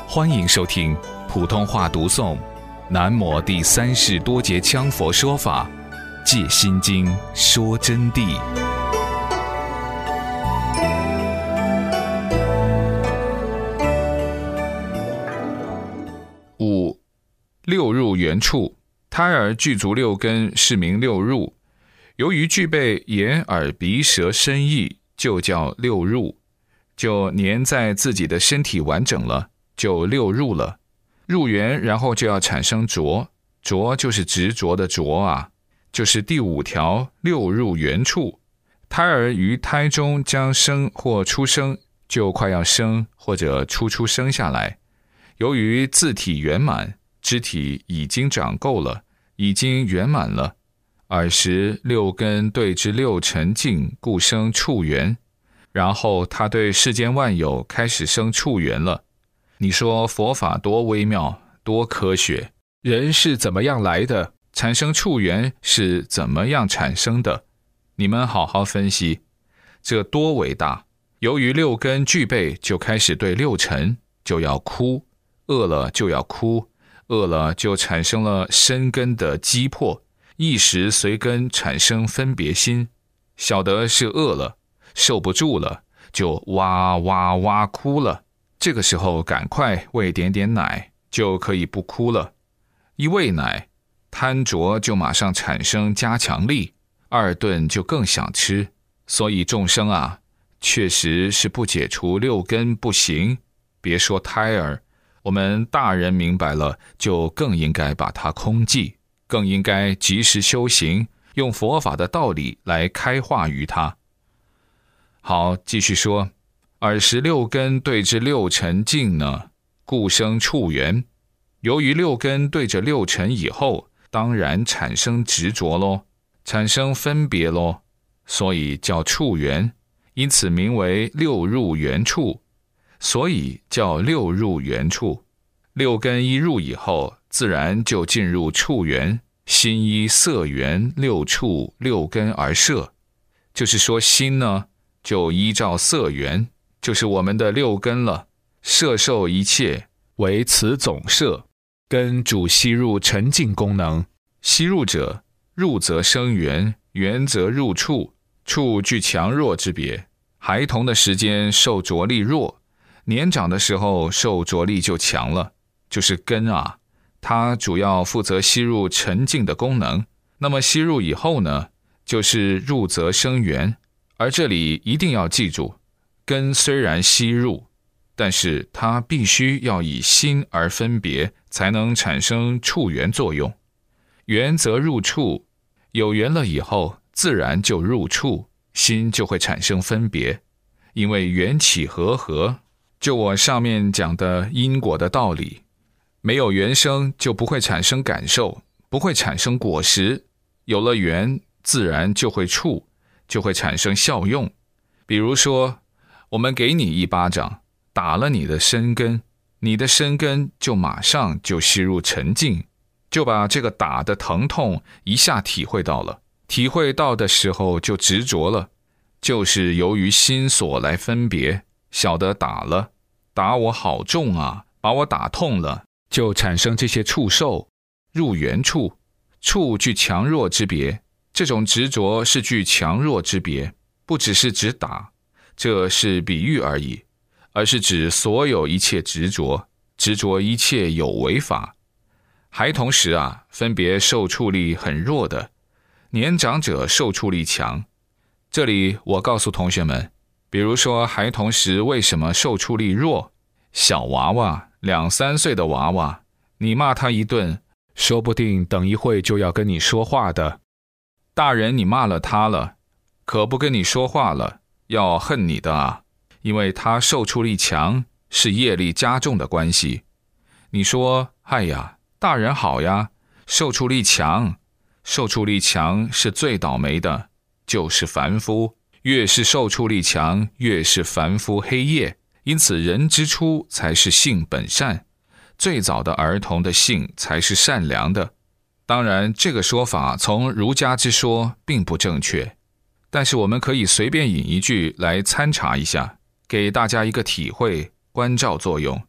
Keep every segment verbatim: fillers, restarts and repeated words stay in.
欢迎收听普通话读诵南摩第三世多杰羌佛说法戒心经说真谛。五、六入缘处，胎儿具足六根，是名六入。由于具备眼耳鼻舌身意，就叫六入，就粘在自己的身体完整了，就六入了。入缘，然后就要产生着，着就是执着的着啊，就是第五条六入缘处。胎儿于胎中将生或出生，就快要生或者初初生下来。由于自体圆满，肢体已经长够了，已经圆满了，尔时六根对之六尘境，故生处缘。然后他对世间万有开始生处缘了。你说佛法多微妙，多科学，人是怎么样来的？产生处缘是怎么样产生的？你们好好分析，这多伟大！由于六根具备，就开始对六尘就要哭，饿了就要哭，饿了就产生了身根的激迫，一时随根产生分别心，晓得是饿了，受不住了，就哇哇哇哭了。这个时候赶快喂点点奶，就可以不哭了。一喂奶，贪着就马上产生加强力，二顿就更想吃。所以众生啊，确实是不解除六根不行。别说胎儿，我们大人明白了，就更应该把它空寂，更应该及时修行，用佛法的道理来开化于它。好，继续说，尔时六根对之六尘境呢，故生处缘。由于六根对着六尘以后，当然产生执着咯，产生分别咯，所以叫处缘，因此名为六入缘处，所以叫六入缘处。六根一入以后，自然就进入处缘，心依色缘六处六根而摄，就是说心呢，就依照色缘，就是我们的六根了，摄受一切，为此总摄。根主吸入沉静功能，吸入者，入则生缘，缘则入处，处具强弱之别。孩童的时间受着力弱，年长的时候受着力就强了，就是根啊，它主要负责吸入沉静的功能。那么吸入以后呢，就是入则生缘。而这里一定要记住，根虽然吸入，但是它必须要以心而分别，才能产生处缘作用。缘则入处，有缘了以后，自然就入处，心就会产生分别。因为缘起和合，就我上面讲的因果的道理，没有缘生就不会产生感受，不会产生果实。有了缘，自然就会处，就会产生效用。比如说，我们给你一巴掌，打了你的身根，你的身根就马上就吸入沉静，就把这个打的疼痛一下体会到了。体会到的时候就执着了，就是由于心所来分别，晓得打了，打我好重啊，把我打痛了，就产生这些触受，入缘处。处具强弱之别，这种执着是具强弱之别，不只是指打，这是比喻而已，而是指所有一切执着，执着一切有为法。孩童时啊，分别受触力很弱的，年长者受触力强。这里我告诉同学们，比如说孩童时为什么受触力弱？小娃娃，两三岁的娃娃，你骂他一顿，说不定等一会就要跟你说话的。大人你骂了他了，可不跟你说话了，要恨你的啊，因为他受触力强，是业力加重的关系。你说，哎呀，大人好呀，受触力强，受触力强是最倒霉的，就是凡夫，越是受触力强，越是凡夫黑夜。因此人之初才是性本善，最早的儿童的性才是善良的。当然这个说法从儒家之说并不正确，但是我们可以随便引一句来参查一下，给大家一个体会关照作用。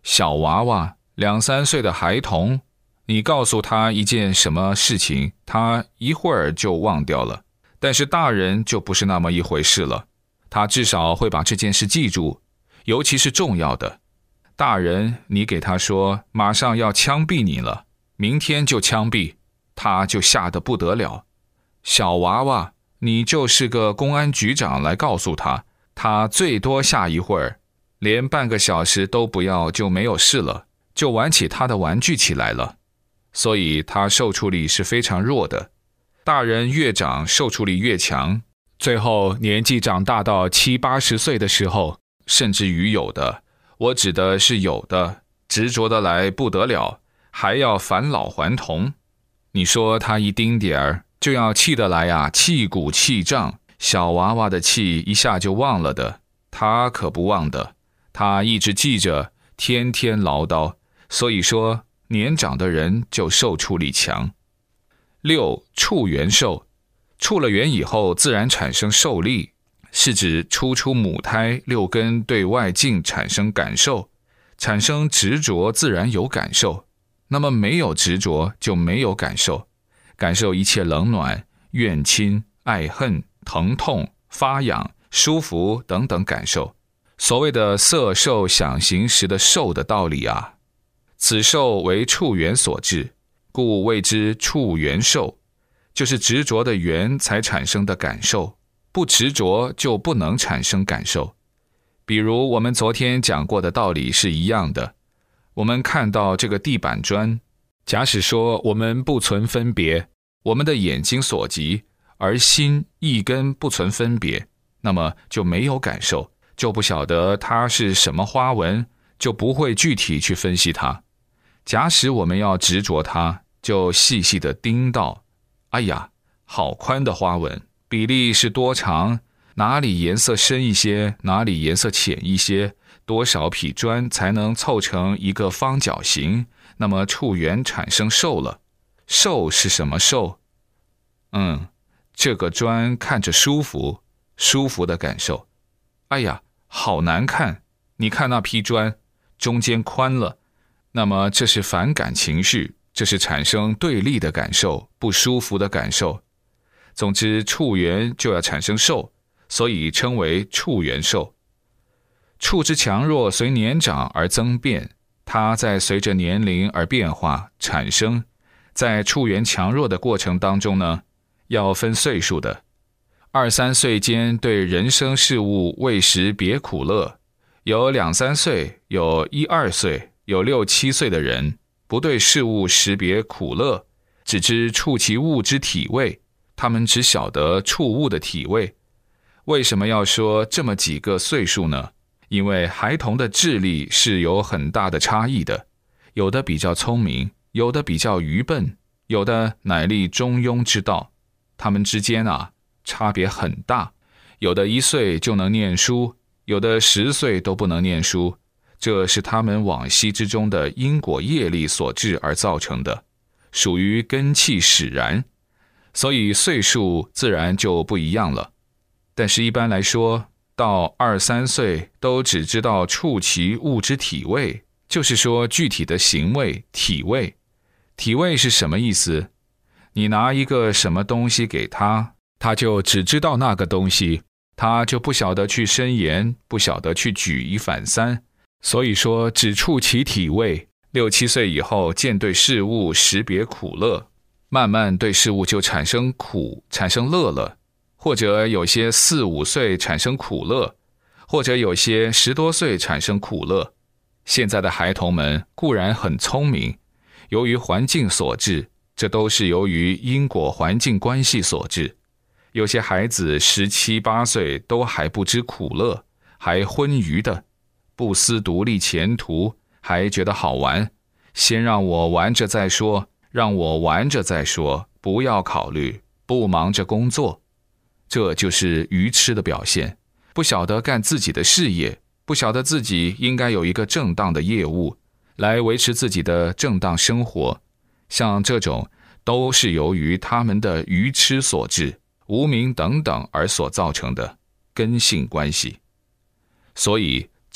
小娃娃，两三岁的孩童，你告诉他一件什么事情，他一会儿就忘掉了。但是大人就不是那么一回事了，他至少会把这件事记住，尤其是重要的。大人，你给他说马上要枪毙你了，明天就枪毙，他就吓得不得了。小娃娃，你就是个公安局长来告诉他，他最多吓一会儿，连半个小时都不要就没有事了，就玩起他的玩具起来了。所以他受处力是非常弱的。大人越长受处力越强，最后年纪长大到七八十岁的时候，甚至于有的，我指的是有的，执着的来不得了，还要返老还童。你说他一丁点儿就要气得来啊，气鼓气胀，小娃娃的气一下就忘了的，他可不忘的，他一直记着，天天唠叨。所以说年长的人就受处力强。六，处元受，处了元以后自然产生受力，是指初出母胎，六根对外境产生感受，产生执着自然有感受，那么没有执着就没有感受，感受一切冷暖、怨亲、爱恨、疼痛、发痒、舒服等等感受。所谓的色受想行识的受的道理啊，此受为处元所致，故谓之处元受，就是执着的缘才产生的感受，不执着就不能产生感受。比如我们昨天讲过的道理是一样的，我们看到这个地板砖，假使说我们不存分别，我们的眼睛所及，而心意根不存分别，那么就没有感受，就不晓得它是什么花纹，就不会具体去分析它。假使我们要执着它，就细细的盯到，哎呀，好宽的花纹，比例是多长，哪里颜色深一些，哪里颜色浅一些，多少匹砖才能凑成一个方角形，那么处元产生受了。受是什么受？嗯，这个砖看着舒服，舒服的感受。哎呀，好难看，你看那批砖，中间宽了，那么这是反感情绪，这是产生对立的感受，不舒服的感受。总之处元就要产生受，所以称为处元受。处之强弱随年长而增变，它在随着年龄而变化产生。在处元强弱的过程当中呢，要分岁数的。二三岁间对人生事物未识别苦乐，有两三岁，有一二岁，有六七岁的人不对事物识别苦乐，只知触其物之体味，他们只晓得触物的体味。为什么要说这么几个岁数呢？因为孩童的智力是有很大的差异的，有的比较聪明，有的比较愚笨，有的乃立中庸之道，他们之间啊差别很大，有的一岁就能念书，有的十岁都不能念书，这是他们往昔之中的因果业力所致而造成的，属于根气使然，所以岁数自然就不一样了。但是一般来说，到二三岁都只知道触其物之体味，就是说具体的行为体味。体味是什么意思？你拿一个什么东西给他，他就只知道那个东西，他就不晓得去深研，不晓得去举一反三，所以说只触其体味。六七岁以后见对事物识别苦乐，慢慢对事物就产生苦，产生乐了。或者有些四五岁产生苦乐，或者有些十多岁产生苦乐。现在的孩童们固然很聪明，由于环境所致，这都是由于因果环境关系所致。有些孩子十七八岁都还不知苦乐，还昏愚的，不思独立前途，还觉得好玩，先让我玩着再说，让我玩着再说，不要考虑，不忙着工作。这就是愚痴的表现，不晓得干自己的事业，不晓得自己应该有一个正当的业务来维持自己的正当生活，像这种都是由于他们的愚痴所致，无明等等而所造成的根性关系。所以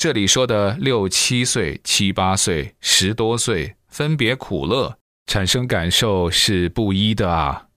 这里说的六七岁、七八岁、十多岁，分别苦乐，产生感受是不一的啊。